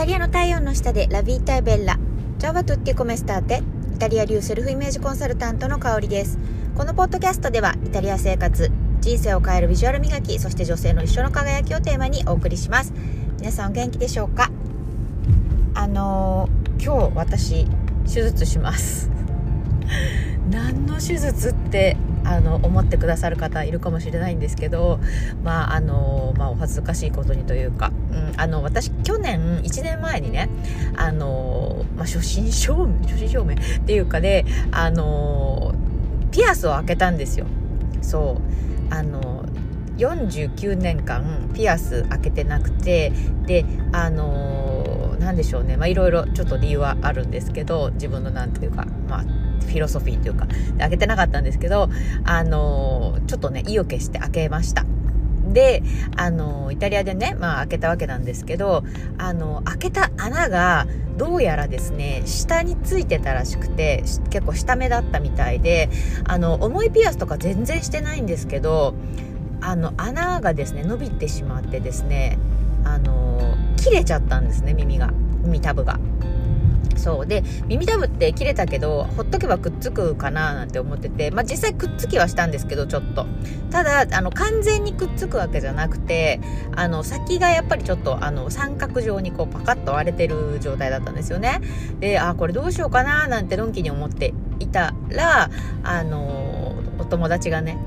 タリアの太陽の下でラビータ・エベッラ。Ciao a tutti, come state? イタリア流セルフイメージコンサルタントの香りです。このポッドキャストではイタリア生活、人生を変えるビジュアル磨き、そして女性の一生の輝きをテーマにお送りします。皆さんお元気でしょうか？今日私手術します何の手術って思ってくださる方いるかもしれないんですけど、お恥ずかしいことにというか、私去年1年前にね、初心証明っていうかで、ピアスを開けたんですよ。そう49年間ピアス開けてなくて、でなんでしょうね、いろいろちょっと理由はあるんですけど、自分のなんていうかフィロソフィーというかで開けてなかったんですけど、ちょっとね意を決して開けました。でイタリアでね、開けたわけなんですけど、開けた穴がどうやらですね下についてたらしくて、結構下目だったみたいで、重いピアスとか全然してないんですけど、穴がですね伸びてしまってですね、切れちゃったんですね、耳たぶが。そうで、耳たぶって切れたけどほっとけばくっつくかななんて思ってて、実際くっつきはしたんですけど、ちょっとただ完全にくっつくわけじゃなくて、先がやっぱりちょっと三角状にこうパカッと割れてる状態だったんですよね。でこれどうしようかななんてのんきに思っていたら、お友達がね、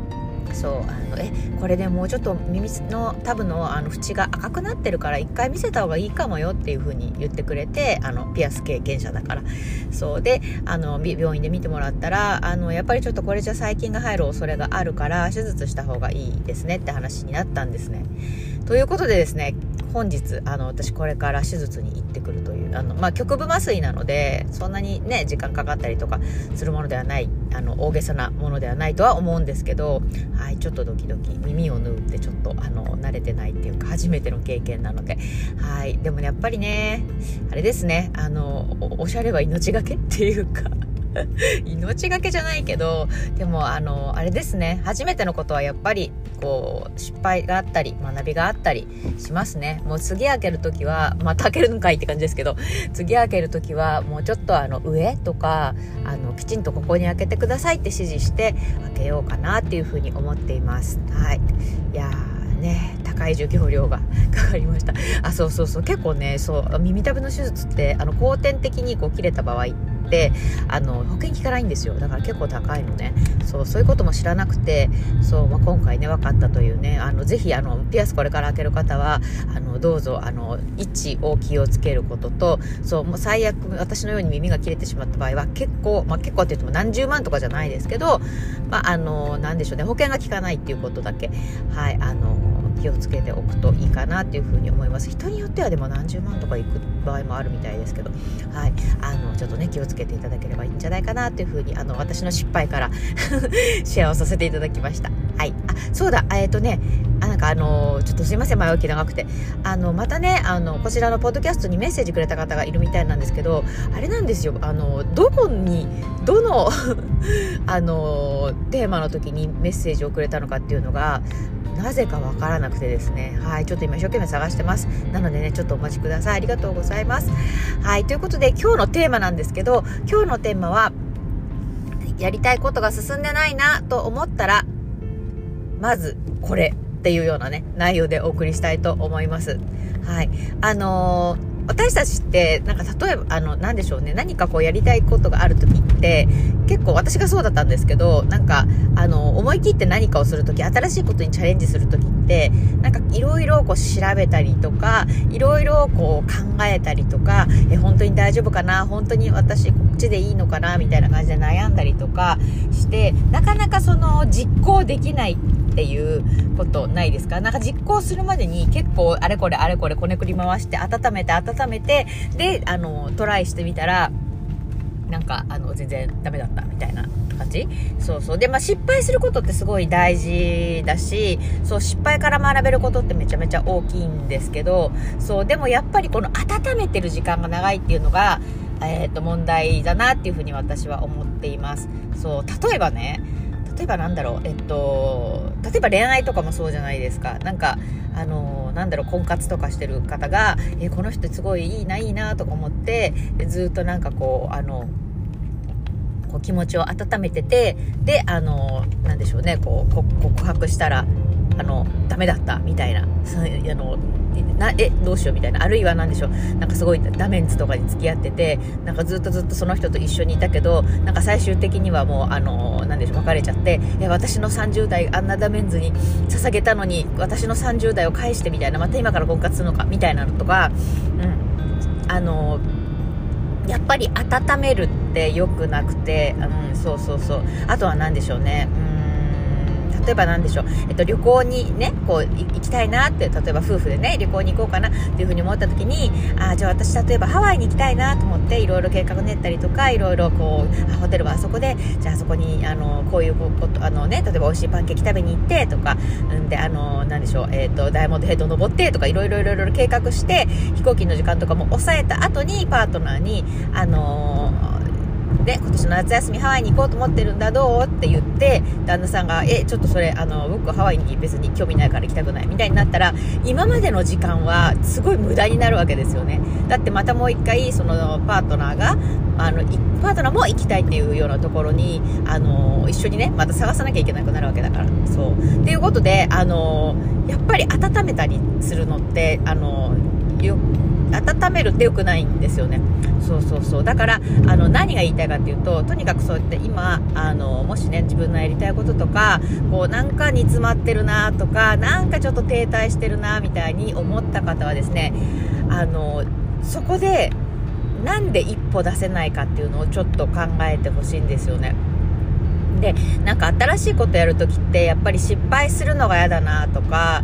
これでもうちょっと耳のタブの縁が赤くなってるから一回見せた方がいいかもよっていう風に言ってくれて、ピアス経験者だから。そうで病院で見てもらったら、やっぱりちょっとこれじゃ細菌が入る恐れがあるから手術した方がいいですねって話になったんですね。ということでですね、本日私これから手術に行ってくるという、局部麻酔なのでそんなにね時間かかったりとかするものではない、大げさなものではないとは思うんですけど、ちょっとドキドキ、耳を縫うってちょっと慣れてないっていうか初めての経験なので、でもねやっぱりねあれですね、おしゃれは命がけっていうか命がけじゃないけど、でもあれですね、初めてのことはやっぱりこう失敗があったり学びがあったりしますね。もう次開けるときはまた開けるのかいって感じですけど、次開けるときはもうちょっと上とかきちんとここに開けてくださいって指示して開けようかなっていうふうに思っています。いやーね、高い授業料がかかりました。そう結構ね、耳たぶの手術って後天的にこう切れた場合で保険効かないんですよ。だから結構高いのね。そういうことも知らなくて、今回ね分かったというね、ぜひピアスこれから開ける方はどうぞ位置を気をつけることと、もう最悪私のように耳が切れてしまった場合は結構って言っても何十万とかじゃないですけど、なんでしょうね、保険が効かないっていうことだけ気をつけておくといいかなっていうふうに思います。人によってはでも何十万とかいく場合もあるみたいですけど、ちょっとね気をつけていただければいいんじゃないかなっていうふうに私の失敗からシェアをさせていただきました。そうだ、ちょっとすいません、前置き長くてまたねこちらのポッドキャストにメッセージくれた方がいるみたいなんですけど、あれなんですよ、どこにどのテーマの時にメッセージをくれたのかっていうのがなぜかわからなくてですね、ちょっと今一生懸命探してます。なのでねちょっとお待ちください。ありがとうございます。ということで今日のテーマなんですけど、今日のテーマはやりたいことが進んでないなと思ったらまずこれっていうようなね内容でお送りしたいと思います。私たちって例えばなんでしょうね、何かこうやりたいことがある時って結構私がそうだったんですけど、思い切って何かをする時、新しいことにチャレンジする時っていろいろこう調べたりとか、いろいろこう考えたりとか、本当に大丈夫かな、本当に私こっちでいいのかなみたいな感じで悩んだりとかして、なかなか実行できないっていうことないですか？実行するまでに結構あれこれこねくり回して温めてでトライしてみたら全然ダメだったみたいな感じ。で失敗することってすごい大事だし、失敗から学べることってめちゃめちゃ大きいんですけど、でもやっぱりこの温めてる時間が長いっていうのが問題だなっていうふうに私は思っています。例えば例えばなんだろう、例えば恋愛とかもそうじゃないですか。なんかなんだろう、婚活とかしてる方が、この人すごいいいなとか思って、ずっとなんかこう気持ちを温めてて、でなんでしょうね、こう告白したらダメだったみたいな、どうしようみたいな、あるいはなんでしょう、なんかすごいダメンズとかに付き合ってて、なんかずっとその人と一緒にいたけど、なんか最終的にはもうなんでしょう、別れちゃって、私の30代あんなダメンズに捧げたのに私の30代を返してみたいな、また今から婚活するのかみたいなのとか、やっぱり温めるって良くなくて、そうあとは何でしょうね、例えばなんでしょう、旅行にね、こう行きたいなって、例えば夫婦でね旅行に行こうかなっていうふうに思った時に、じゃあ私例えばハワイに行きたいなと思っていろいろ計画練ったりとか、いろいろこうホテルはあそこで、じゃあそこにこういうこと例えば美味しいパンケーキ食べに行ってとか、でなんでしょう、ダイヤモンドヘッド登ってとか、いろいろ計画して飛行機の時間とかも抑えた後にパートナーにで今年の夏休みハワイに行こうと思ってるんだ、どうって言って、旦那さんがちょっとそれ僕ハワイに別に興味ないから行きたくないみたいになったら、今までの時間はすごい無駄になるわけですよね。だってまたもう一回そのパートナーも行きたいっていうようなところに一緒にねまた探さなきゃいけなくなるわけだから、そうっていうことでやっぱり温めたりするのって温めるって良くないんですよね。そうだから何が言いたいかっていうと、とにかくそうやって今もしね自分のやりたいこととか、こうなんか煮詰まってるなとか、なんかちょっと停滞してるなみたいに思った方はですね、そこでなんで一歩出せないかっていうのをちょっと考えてほしいんですよね。でなんか新しいことやるときってやっぱり失敗するのが嫌だなとか、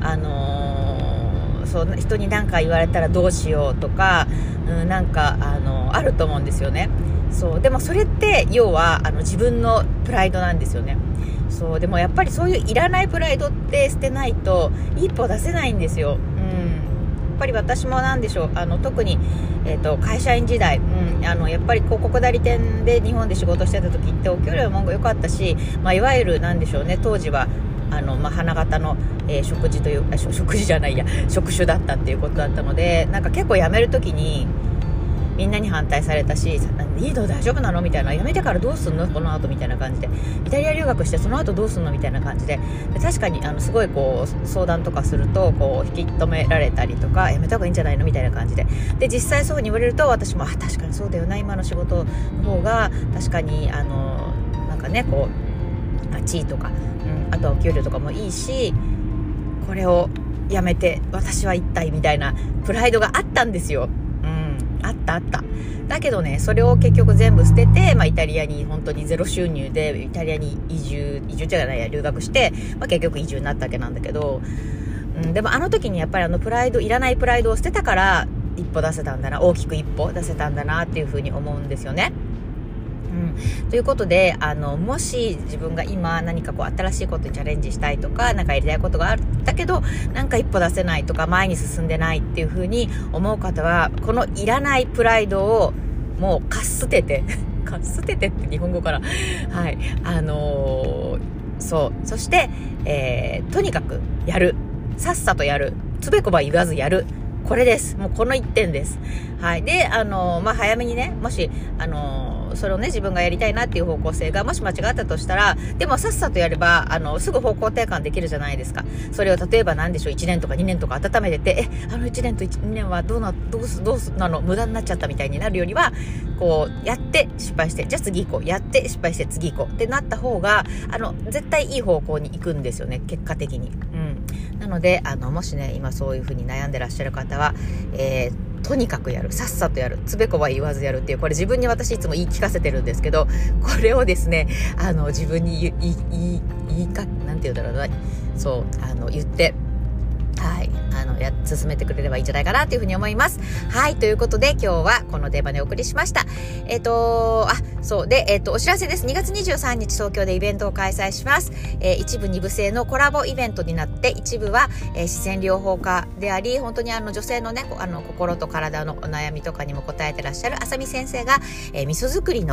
そう人に何か言われたらどうしようとか、なんかあると思うんですよね。そうでもそれって要は自分のプライドなんですよね。そうでもやっぱりそういういらないプライドって捨てないと一歩出せないんですよ。やっぱり私もなんでしょう、特に、会社員時代、やっぱり広告代理店で日本で仕事してた時ってお給料も良かったし、いわゆるなんでしょうね、当時は花形の、職種だったっていうことだったので、なんか結構辞めるときにみんなに反対されたし、いいの大丈夫なのみたいな、辞めてからどうすんのこの後みたいな感じで、イタリア留学してその後どうすんのみたいな感じで、確かにすごいこう相談とかするとこう引き止められたりとか、辞めた方がいいんじゃないのみたいな感じで、実際そういう風に言われると私も確かにそうだよな、今の仕事の方が確かになんかねこう地位とか、あとはお給料とかもいいし、これをやめて私は一体みたいなプライドがあったんですよ。あっただけどね、それを結局全部捨てて、イタリアに本当にゼロ収入でイタリアに移住じゃないや留学して、結局移住になったわけなんだけど、でも時にやっぱりプライド、いらないプライドを捨てたから一歩出せたんだな、大きく一歩出せたんだなっていうふうに思うんですよね。ということでもし自分が今何かこう新しいことにチャレンジしたいとか、なんかやりたいことがあるんだけどなんか一歩出せないとか前に進んでないっていう風に思う方は、このいらないプライドをもうかっ捨ててかっ捨ててって日本語からはいそして、とにかくやる、さっさとやる、つべこば言わずやる、これです。もうこの一点です。はい。で、早めにね、もし、それをね、自分がやりたいなっていう方向性がもし間違ったとしたら、でもさっさとやれば、すぐ方向転換できるじゃないですか。それを例えば何でしょう、1年とか2年とか温めてて、1年と2年はどうすなの、無駄になっちゃったみたいになるよりは、こう、やって失敗して、じゃあ次行こう。やって失敗して次行こう。ってなった方が、絶対いい方向に行くんですよね、結果的に。なので、もしね、今そういう風に悩んでらっしゃる方は、とにかくやる、さっさとやる、つべこば言わずやるっていう、これ自分に私いつも言い聞かせてるんですけど、これをですね、自分になんて言うんだろうな、そう、言って、はい、進めてくれればいいんじゃないかなというふうに思います。はい、ということで今日はこのテーマでお送りしました。そうで、お知らせです。2月23日東京でイベントを開催します。一部二部制のコラボイベントになって、一部は、自然療法家であり、本当に女性のね、心と体のお悩みとかにも答えてらっしゃるあさみ先生が、味噌作りの、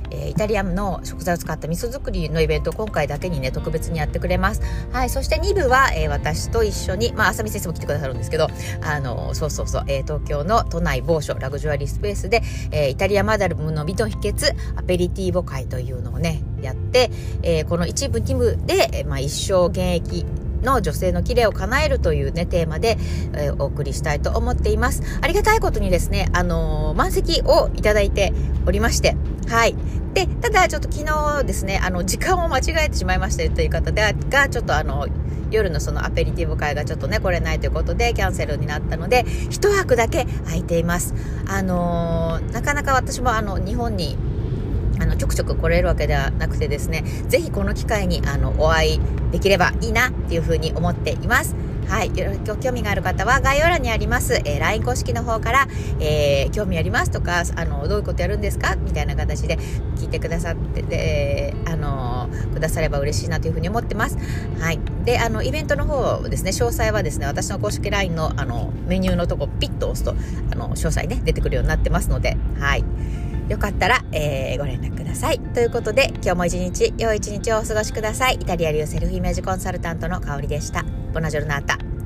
イタリアの食材を使った味噌作りのイベントを今回だけにね特別にやってくれます。はい、そして2部は、私と一緒に、浅見先生も来てくださるんですけど、東京の都内某所ラグジュアリースペースで、イタリアマダムの美の秘訣アペリティーボ会というのをねやって、この1部2部で、一生現役の女性の綺麗を叶えるというねテーマで、お送りしたいと思っています。ありがたいことにですね、満席をいただいておりまして、はい。で、ただちょっと昨日ですね、時間を間違えてしまいましたという方がちょっと夜のそのアペリティブ会がちょっとね来れないということでキャンセルになったので、一枠だけ空いています。なかなか私も日本にちょくちょく来れるわけではなくてですね、ぜひこの機会にお会いできればいいなっていうふうに思っています。はい、ご興味がある方は概要欄にあります、LINE 公式の方から、興味ありますとかどういうことやるんですかみたいな形で聞いてくださってくだされば嬉しいなというふうに思ってます。はい。でイベントの方ですね、詳細はですね私の公式 LINE のメニューのとこピッと押すと詳細ね出てくるようになってますので、はい、よかったら、ご連絡ください。ということで今日も良い一日をお過ごしください。イタリア流セルフイメージコンサルタントの香りでした。ボナジョルナータ。